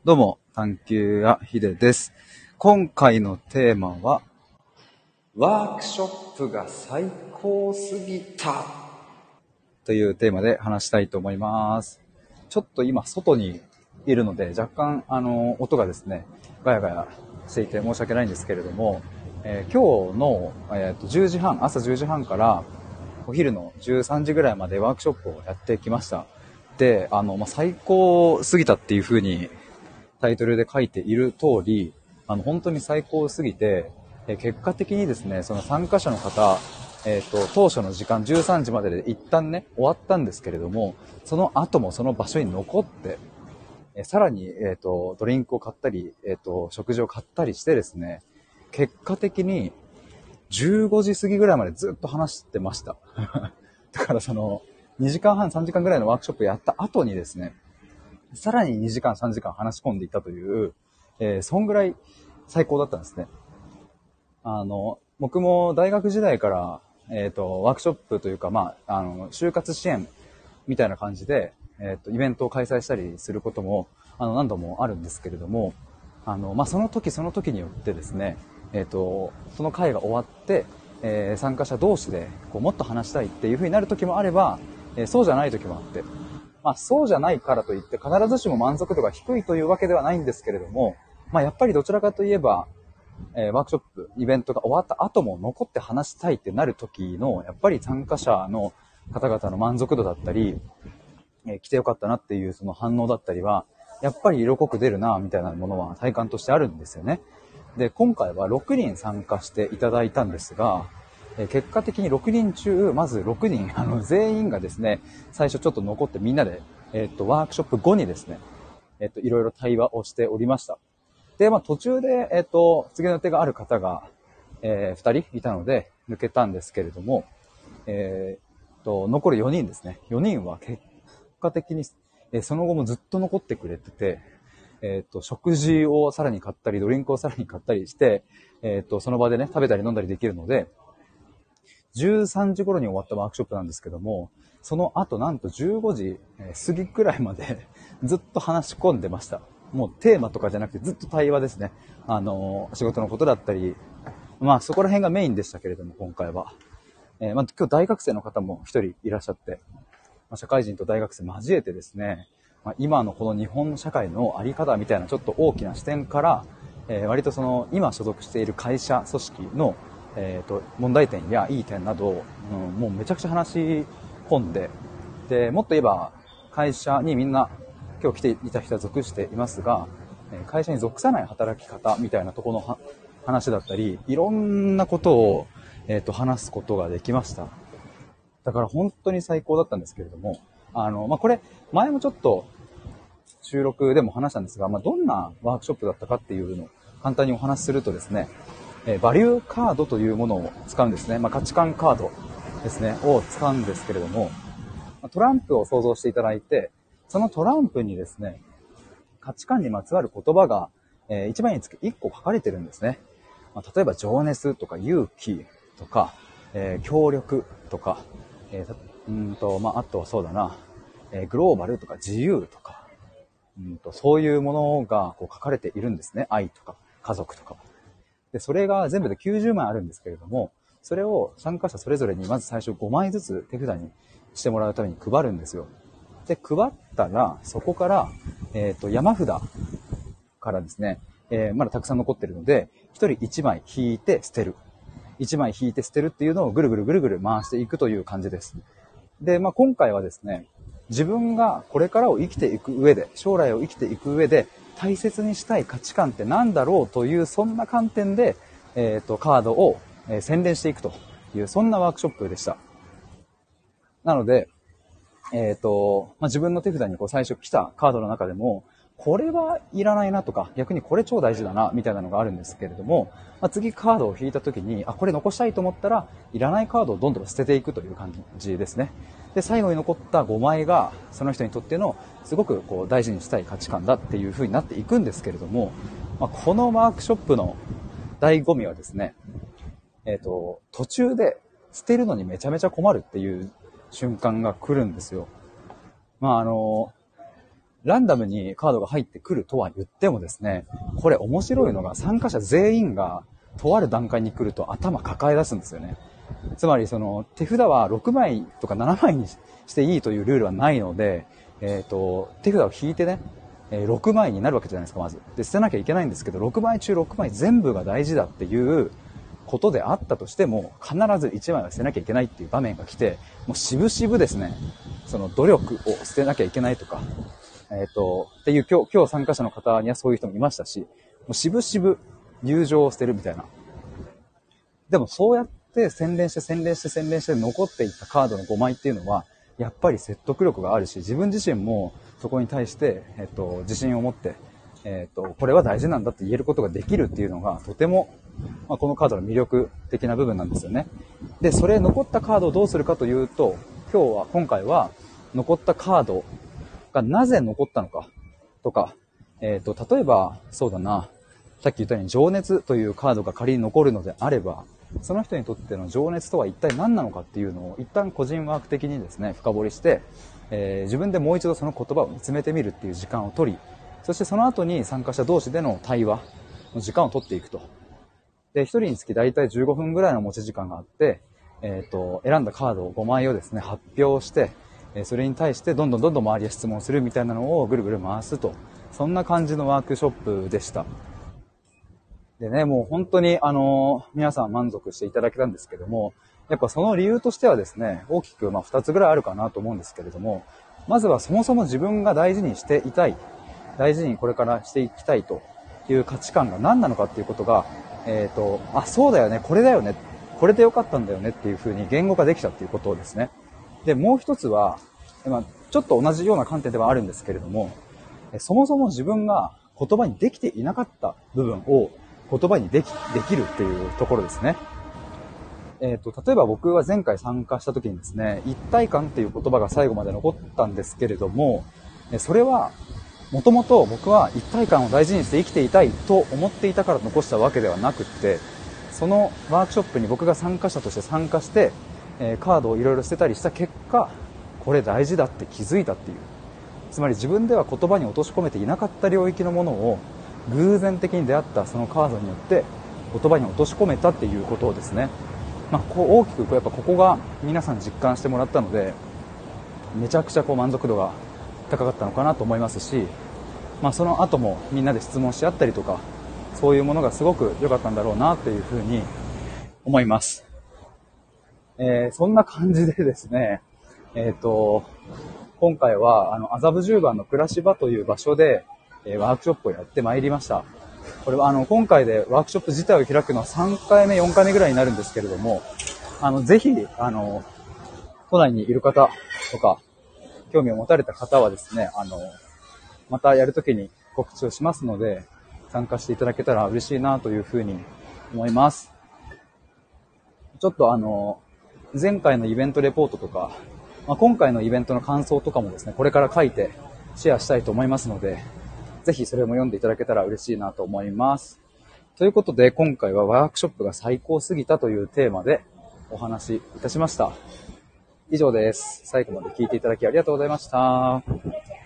どうも、探求やひでです。今回のテーマは、ワークショップが最高すぎたというテーマで話したいと思います。ちょっと今、外にいるので、若干、音がですね、ガヤガヤしていて申し訳ないんですけれども、今日の、10時半、朝10時半からお昼の13時ぐらいまでワークショップをやってきました。で、最高すぎたっていう風にタイトルで書いている通り、本当に最高すぎて、結果的にですね、その参加者の方、当初の時間13時までで一旦ね、終わったんですけれども、その後もその場所に残って、さらに、ドリンクを買ったり、食事を買ったりしてですね、結果的に15時過ぎぐらいまでずっと話してました。だからその、2時間半、3時間ぐらいのワークショップやった後にですね、さらに2時間、3時間話し込んでいたという、そんぐらい最高だったんですね。僕も大学時代から、ワークショップというか、就活支援みたいな感じで、イベントを開催したりすることも、何度もあるんですけれども、その時その時によってですね、その会が終わって、参加者同士でこうもっと話したいっていう風になる時もあれば、そうじゃない時もあって、そうじゃないからといって必ずしも満足度が低いというわけではないんですけれども、やっぱりどちらかといえば、ワークショップ、イベントが終わった後も残って話したいってなる時の、やっぱり参加者の方々の満足度だったり、来てよかったなっていうその反応だったりは、やっぱり色濃く出るな、みたいなものは体感としてあるんですよね。で、今回は6人参加していただいたんですが、結果的に6人中、まず6人、全員がですね、最初ちょっと残ってみんなで、ワークショップ後にですね、いろいろ対話をしておりました。で、途中で、次の予定がある方が、2人いたので、抜けたんですけれども、残る4人ですね。4人は結果的に、その後もずっと残ってくれてて、食事をさらに買ったり、ドリンクをさらに買ったりして、その場でね、食べたり飲んだりできるので、13時頃に終わったワークショップなんですけども、その後なんと15時過ぎくらいまでずっと話し込んでました。もうテーマとかじゃなくてずっと対話ですね。仕事のことだったり、そこら辺がメインでしたけれども、今回は。今日大学生の方も一人いらっしゃって、社会人と大学生交えてですね、今のこの日本の社会のあり方みたいなちょっと大きな視点から、割とその今所属している会社組織の、問題点やいい点など、もうめちゃくちゃ話し込んで、でもっと言えば会社にみんな今日来ていた人は属していますが、会社に属さない働き方みたいなところの話だったり、いろんなことを、話すことができました。だから本当に最高だったんですけれども、これ、前もちょっと収録でも話したんですが、どんなワークショップだったかっていうのを簡単にお話しするとですね、バリューカードというものを使うんですね。価値観カードですね、を使うんですけれども、トランプを想像していただいて、そのトランプにですね、価値観にまつわる言葉が、1枚につき1個書かれてるんですね。例えば情熱とか勇気とか、協力とか、あとはそうだな、グローバルとか自由とか、そういうものがこう書かれているんですね。愛とか家族とか。で、それが全部で90枚あるんですけれども、それを参加者それぞれにまず最初5枚ずつ手札にしてもらうために配るんですよ。で、配ったら、そこから、山札からですね、まだたくさん残ってるので、1人1枚引いて捨てる。1枚引いて捨てるっていうのをぐるぐるぐるぐる回していくという感じです。で、今回はですね、自分がこれからを生きていく上で、将来を生きていく上で、大切にしたい価値観って何だろうという、そんな観点で、カードを、洗練していくという、そんなワークショップでした。なので、自分の手札にこう最初来たカードの中でも、これはいらないなとか、逆にこれ超大事だな、みたいなのがあるんですけれども、次カードを引いた時に、これ残したいと思ったら、いらないカードをどんどん捨てていくという感じですね。で、最後に残った5枚が、その人にとっての、すごくこう大事にしたい価値観だっていう風になっていくんですけれども、このワークショップの醍醐味はですね、途中で捨てるのにめちゃめちゃ困るっていう瞬間が来るんですよ。まあランダムにカードが入ってくるとは言ってもですね、これ面白いのが参加者全員がとある段階に来ると頭抱え出すんですよね。つまりその手札は6枚とか7枚にしていいというルールはないので、手札を引いてね、6枚になるわけじゃないですか、まず。で、捨てなきゃいけないんですけど、6枚中6枚全部が大事だっていうことであったとしても、必ず1枚は捨てなきゃいけないっていう場面が来て、もう渋々ですね、その努力を捨てなきゃいけないとか、っていう今日参加者の方にはそういう人もいましたし、もう渋々友情を捨てるみたいな。でもそうやって洗練して残っていったカードの5枚っていうのは、やっぱり説得力があるし、自分自身もそこに対して、自信を持って、これは大事なんだって言えることができるっていうのが、とても、このカードの魅力的な部分なんですよね。で、それ残ったカードをどうするかというと、今回は、残ったカードがなぜ残ったのかとか、例えば、そうだな、さっき言ったように情熱というカードが仮に残るのであれば、その人にとっての情熱とは一体何なのかっていうのを一旦個人ワーク的にですね、深掘りして、自分でもう一度その言葉を見つめてみるっていう時間を取り、そしてその後に参加者同士での対話の時間を取っていくと。で、一人につき大体15分ぐらいの持ち時間があって、選んだカードを5枚をですね、発表して、それに対してどんどん周りへ質問するみたいなのをぐるぐる回すと。そんな感じのワークショップでした。でね、もう本当に皆さん満足していただけたんですけども、やっぱその理由としてはですね、大きく2つぐらいあるかなと思うんですけれども、まずはそもそも自分が大事にしていたい、大事にこれからしていきたいという価値観が何なのかっていうことが、そうだよね、これだよね、これでよかったんだよねっていう風に言語化できたっていうことですね。で、もう一つは、ちょっと同じような観点ではあるんですけれども、そもそも自分が言葉にできていなかった部分を言葉にできるっていうところですね。例えば僕は前回参加した時にですね、一体感っていう言葉が最後まで残ったんですけれども、それはもともと僕は一体感を大事にして生きていたいと思っていたから残したわけではなくって、そのワークショップに僕が参加者として参加して、カードをいろいろ捨てたりした結果、これ大事だって気づいたっていう。つまり自分では言葉に落とし込めていなかった領域のものを偶然的に出会ったそのカードによって言葉に落とし込めたっていうことをですね、大きくやっぱここが皆さん実感してもらったので、めちゃくちゃ満足度が高かったのかなと思いますし、その後もみんなで質問し合ったりとか、そういうものがすごく良かったんだろうなというふうに思います。そんな感じでですね、今回は麻布十番の暮らし場という場所でワークショップをやってまいりました。これは今回でワークショップ自体を開くのは3回目、4回目ぐらいになるんですけれども、ぜひ、都内にいる方とか、興味を持たれた方はですね、またやるときに告知をしますので、参加していただけたら嬉しいなというふうに思います。ちょっと前回のイベントレポートとか、今回のイベントの感想とかもですね、これから書いてシェアしたいと思いますので、ぜひそれも読んでいただけたら嬉しいなと思います。ということで、今回はワークショップが最高すぎたというテーマでお話しいたしました。以上です。最後まで聞いていただきありがとうございました。